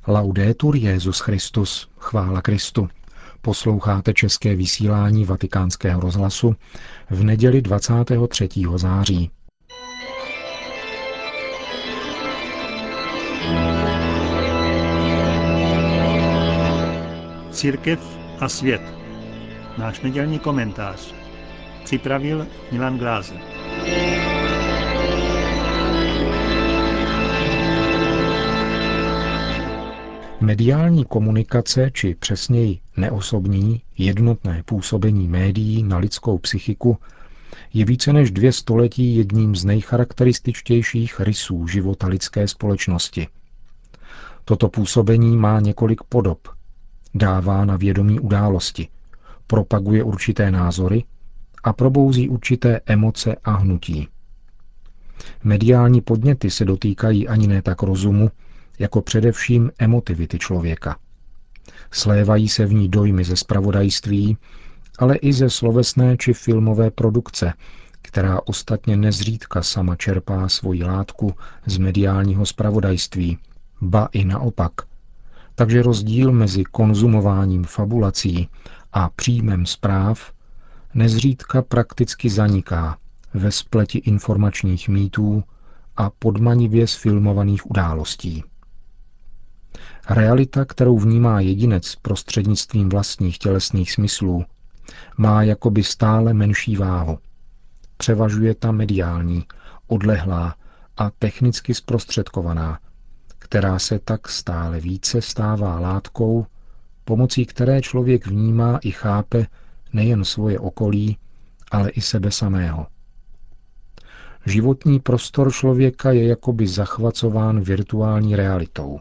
Laudetur Jesus Christus, chvála Kristu. Posloucháte české vysílání Vatikánského rozhlasu v neděli 23. září. Církev a svět. Náš nedělní komentář. Připravil Milan Glázer. Mediální komunikace, či přesněji neosobní, jednotné působení médií na lidskou psychiku je více než 2 století jedním z nejcharakterističtějších rysů života lidské společnosti. Toto působení má několik podob. Dává na vědomí události, propaguje určité názory a probouzí určité emoce a hnutí. Mediální podněty se dotýkají ani ne tak rozumu, jako především emotivity člověka. Slévají se v ní dojmy ze zpravodajství, ale i ze slovesné či filmové produkce, která ostatně nezřídka sama čerpá svoji látku z mediálního zpravodajství, ba i naopak. Takže rozdíl mezi konzumováním fabulací a příjmem zpráv nezřídka prakticky zaniká ve spleti informačních mýtů a podmanivě zfilmovaných událostí. Realita, kterou vnímá jedinec prostřednictvím vlastních tělesných smyslů, má jakoby stále menší váhu. Převažuje ta mediální, odlehlá a technicky zprostředkovaná, která se tak stále více stává látkou, pomocí které člověk vnímá i chápe nejen svoje okolí, ale i sebe samého. Životní prostor člověka je jakoby zachvacován virtuální realitou.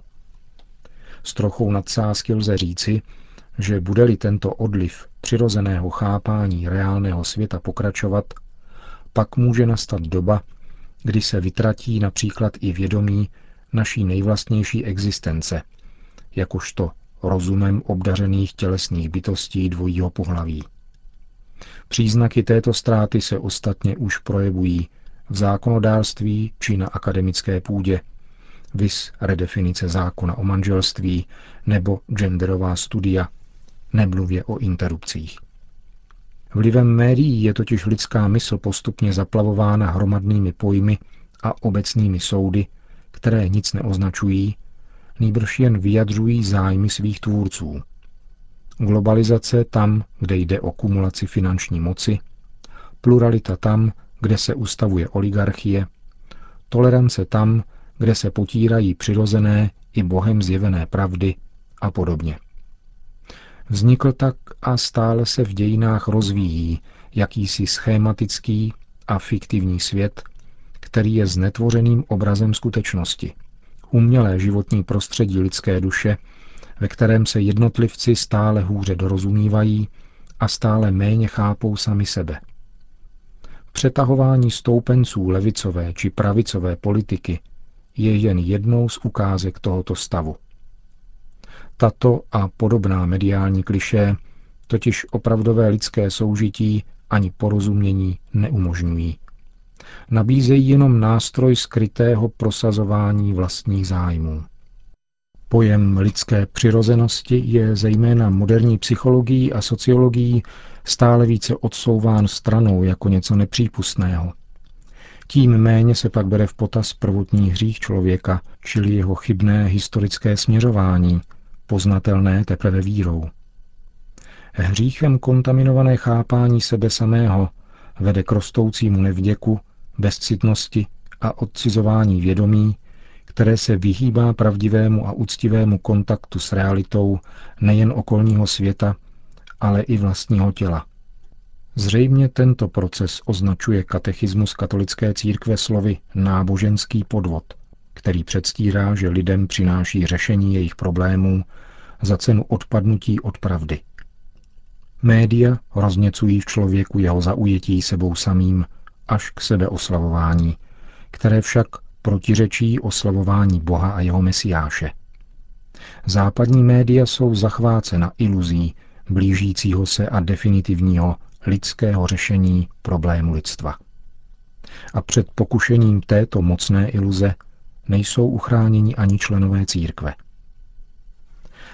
S trochou nadsázky lze říci, že bude-li tento odliv přirozeného chápání reálného světa pokračovat, pak může nastat doba, kdy se vytratí například i vědomí naší nejvlastnější existence, jakožto rozumem obdařených tělesných bytostí dvojího pohlaví. Příznaky této ztráty se ostatně už projevují v zákonodárství či na akademické půdě, viz redefinice zákona o manželství nebo genderová studia, nemluvě o interrupcích. Vlivem médií je totiž lidská mysl postupně zaplavována hromadnými pojmy a obecnými soudy, které nic neoznačují, nýbrž jen vyjadřují zájmy svých tvůrců. Globalizace tam, kde jde o kumulaci finanční moci, pluralita tam, kde se ustavuje oligarchie, tolerance tam, kde se potírají přirozené i Bohem zjevené pravdy a podobně. Vznikl tak a stále se v dějinách rozvíjí jakýsi schématický a fiktivní svět, který je znetvořeným obrazem skutečnosti. Umělé životní prostředí lidské duše, ve kterém se jednotlivci stále hůře dorozumívají a stále méně chápou sami sebe. Přetahování stoupenců levicové či pravicové politiky je jen jednou z ukázek tohoto stavu. Tato a podobná mediální klišé totiž opravdové lidské soužití ani porozumění neumožňují. Nabízejí jenom nástroj skrytého prosazování vlastních zájmů. Pojem lidské přirozenosti je zejména moderní psychologií a sociologií stále více odsouván stranou jako něco nepřípustného. Tím méně se pak bere v potaz prvotní hřích člověka, čili jeho chybné historické směřování, poznatelné teprve vírou. Hříchem kontaminované chápání sebe samého vede k rostoucímu nevděku, bezcitnosti a odcizování vědomí, které se vyhýbá pravdivému a úctivému kontaktu s realitou nejen okolního světa, ale i vlastního těla. Zřejmě tento proces označuje katechismus katolické církve slovy náboženský podvod, který předstírá, že lidem přináší řešení jejich problémů za cenu odpadnutí od pravdy. Média rozněcují v člověku jeho zaujetí sebou samým až k sebeoslavování, které však protiřečí oslavování Boha a jeho Mesiáše. Západní média jsou zachvácena iluzí blížícího se a definitivního lidského řešení problému lidstva. A před pokušením této mocné iluze nejsou uchráněni ani členové církve.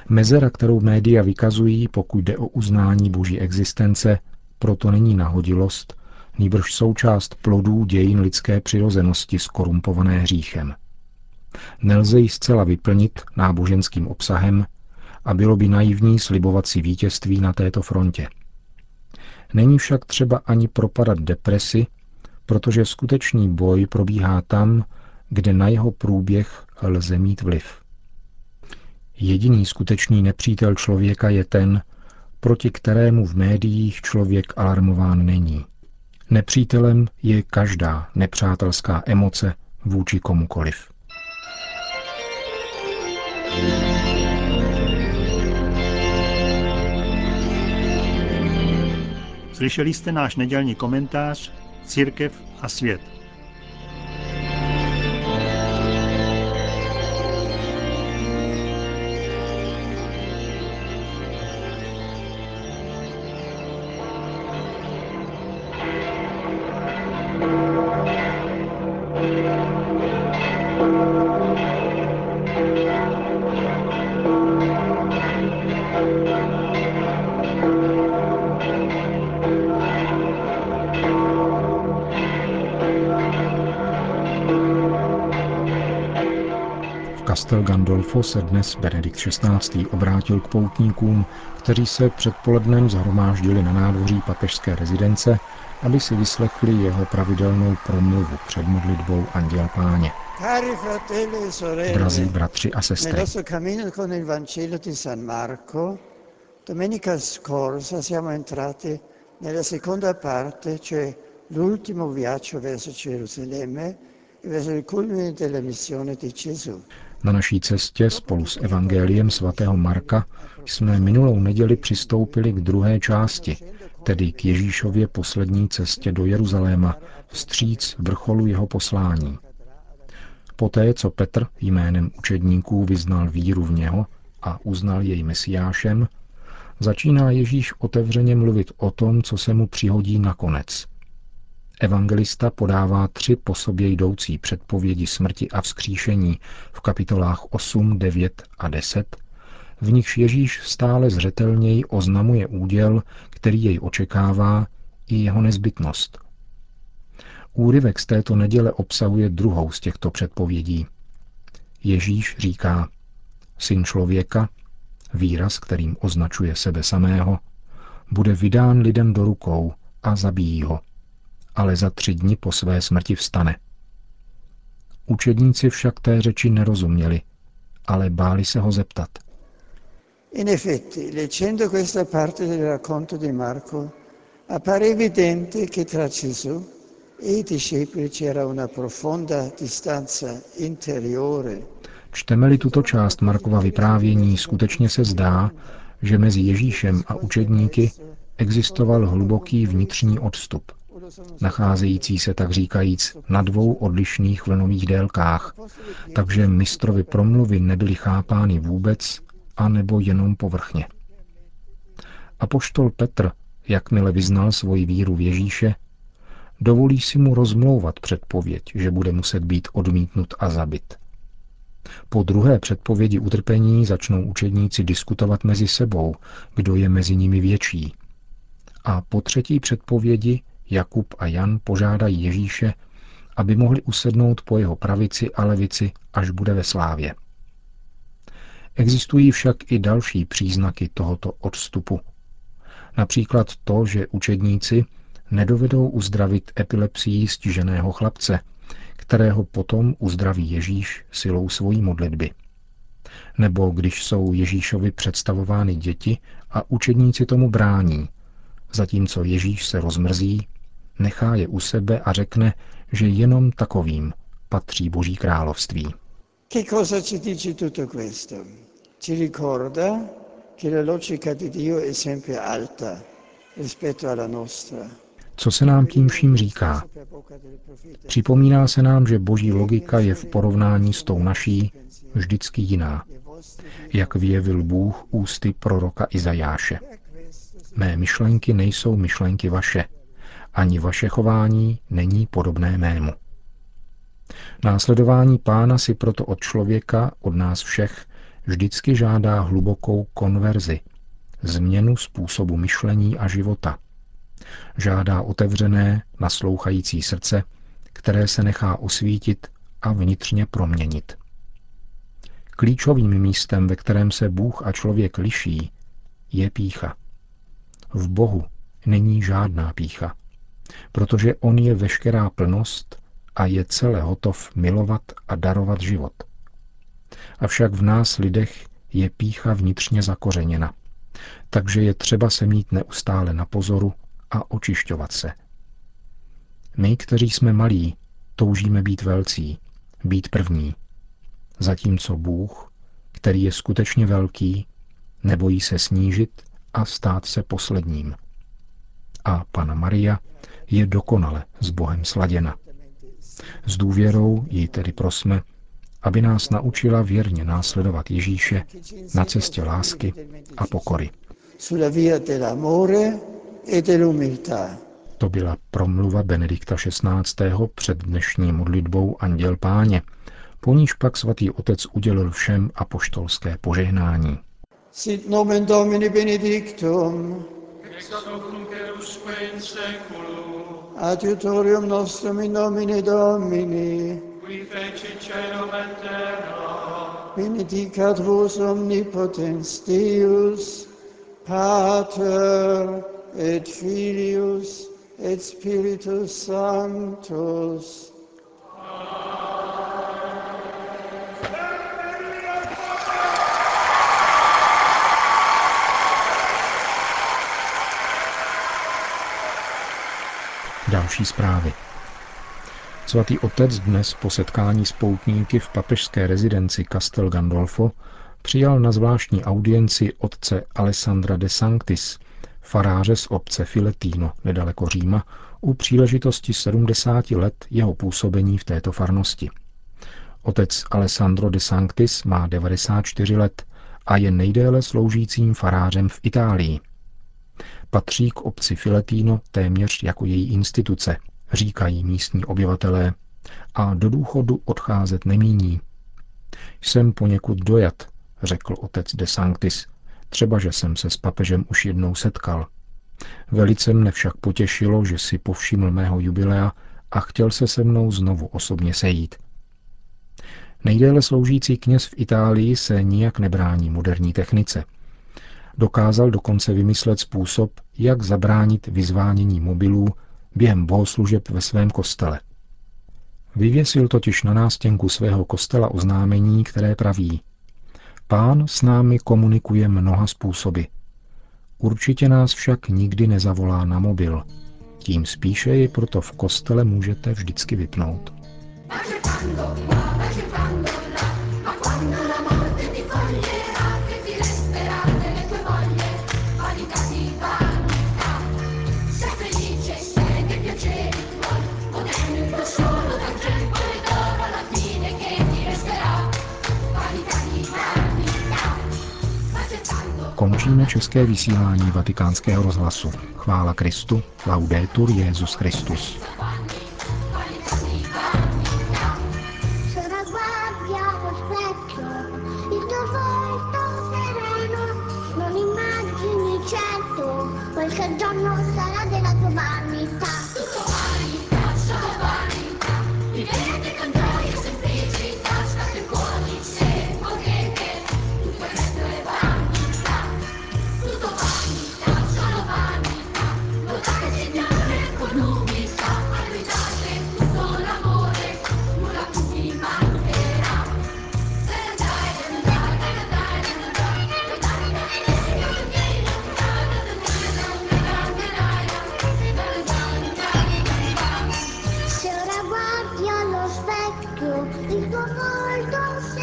Mezera, kterou média vykazují, pokud jde o uznání boží existence, proto není nahodilost, nýbrž součást plodů dějin lidské přirozenosti skorumpované hříchem. Nelze ji zcela vyplnit náboženským obsahem a bylo by naivní slibovat si vítězství na této frontě. Není však třeba ani propadat depresi, protože skutečný boj probíhá tam, kde na jeho průběh lze mít vliv. Jediný skutečný nepřítel člověka je ten, proti kterému v médiích člověk alarmován není. Nepřítelem je každá nepřátelská emoce vůči komukoliv. Slyšeli jste náš nedělní komentář Církev a svět. V Castel Gandolfo se dnes Benedikt XVI. Obrátil k poutníkům, kteří se předpolednem shromáždili na nádvoří papežské rezidence, aby si vyslechli jeho pravidelnou promluvu před modlitbou Anděl Páně. Drazí bratři a sestry, domenica scorsa siamo entrati nella seconda parte, cioè l'ultimo viaggio verso Gerusalemme e verso il culmine della missione di Gesù. Na naší cestě spolu s evangeliem svatého Marka jsme minulou neděli přistoupili k druhé části, tedy k Ježíšově poslední cestě do Jeruzaléma, vstříc vrcholu jeho poslání. Poté, co Petr jménem učedníků vyznal víru v něho a uznal jej mesiášem, začíná Ježíš otevřeně mluvit o tom, co se mu přihodí nakonec. Evangelista podává 3 po sobě jdoucí předpovědi smrti a vzkříšení v kapitolách 8, 9 a 10, v nichž Ježíš stále zřetelněji oznamuje úděl, který jej očekává, i jeho nezbytnost. Úryvek z této neděle obsahuje druhou z těchto předpovědí. Ježíš říká: Syn člověka, výraz, kterým označuje sebe samého, bude vydán lidem do rukou a zabijí ho, ale za 3 dny po své smrti vstane. Učedníci však té řeči nerozuměli, ale báli se ho zeptat. In effetti, leggendo questa parte del racconto di Marco, appare evidente che tra Gesù e i discepoli c'era una profonda distanza interiore. Čteme-li tuto část Markova vyprávění, skutečně se zdá, že mezi Ježíšem a učedníky existoval hluboký vnitřní odstup, nacházející se tak říkajíc na 2 odlišných vlnových délkách, takže mistrovi promluvy nebyly chápány vůbec, anebo jenom povrchně. Apoštol Petr, jakmile vyznal svoji víru v Ježíše, dovolí si mu rozmlouvat předpověď, že bude muset být odmítnut a zabit. Po druhé předpovědi utrpení začnou učedníci diskutovat mezi sebou, kdo je mezi nimi větší. A po třetí předpovědi Jakub a Jan požádají Ježíše, aby mohli usednout po jeho pravici a levici, až bude ve slávě. Existují však i další příznaky tohoto odstupu. Například to, že učedníci nedovedou uzdravit epilepsii stiženého chlapce, kterého potom uzdraví Ježíš silou svojí modlitby. Nebo když jsou Ježíšovi představovány děti a učedníci tomu brání, zatímco Ježíš se rozmrzí, nechá je u sebe a řekne, že jenom takovým patří Boží království. Che cosa ci dice tutto questo? Ci ricorda che la logica di Dio è sempre alta rispetto alla nostra. Co se nám tím vším říká? Připomíná se nám, že boží logika je v porovnání s tou naší vždycky jiná, jak vyjevil Bůh ústy proroka Izajáše. Mé myšlenky nejsou myšlenky vaše, ani vaše chování není podobné mému. Následování Pána si proto od člověka, od nás všech, vždycky žádá hlubokou konverzi, změnu způsobu myšlení a života. Žádá otevřené, naslouchající srdce, které se nechá osvítit a vnitřně proměnit. Klíčovým místem, ve kterém se Bůh a člověk liší, je pýcha. V Bohu není žádná pýcha, protože on je veškerá plnost a je celé hotov milovat a darovat život. Avšak v nás lidech je pýcha vnitřně zakořeněna, takže je třeba se mít neustále na pozoru a očišťovat se. My, kteří jsme malí, toužíme být velcí, být první, zatímco Bůh, který je skutečně velký, nebojí se snížit a stát se posledním. A Panna Maria je dokonale s Bohem sladěna. S důvěrou ji tedy prosme, aby nás naučila věrně následovat Ježíše na cestě lásky a pokory. To byla promluva Benedikta XVI. Před dnešní modlitbou Anděl Páně, po níž pak svatý otec udělil všem apoštolské požehnání. Sit nomen Domini benedictum, ex hoc nunc et usque in saeculum, adiutorium nostrum in nomine Domini, qui feci caelum et terra, benedicat vos omnipotens Deus, Pater et Filius et Spiritus Sanctus. Další zprávy. Svatý otec dnes po setkání s poutníky v papežské rezidenci Castel Gandolfo přijal na zvláštní audienci otce Alessandra de Sanctis, faráře z obce Filetino nedaleko Říma, u příležitosti 70 let jeho působení v této farnosti. Otec Alessandro de Sanctis má 94 let a je nejdéle sloužícím farářem v Itálii. Patří k obci Filetino téměř jako její instituce, říkají místní obyvatelé, a do důchodu odcházet nemíní. Jsem poněkud dojat, řekl otec de Sanctis, třeba že jsem se s papežem už jednou setkal. Velice mne však potěšilo, že si povšiml mého jubilea a chtěl se mnou znovu osobně sejít. Nejdéle sloužící kněz v Itálii se nijak nebrání moderní technice. Dokázal dokonce vymyslet způsob, jak zabránit vyzvánění mobilů během bohoslužeb ve svém kostele. Vyvěsil totiž na nástěnku svého kostela oznámení, které praví: Pán s námi komunikuje mnoha způsoby. Určitě nás však nikdy nezavolá na mobil. Tím spíše ji proto v kostele můžete vždycky vypnout. Končíme české vysílání Vatikánského rozhlasu. Chvála Kristu, laudetur Jesus Christus.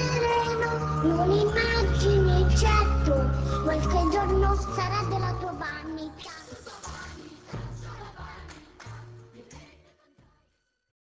Non immagini certo quel che giorno sarà della tua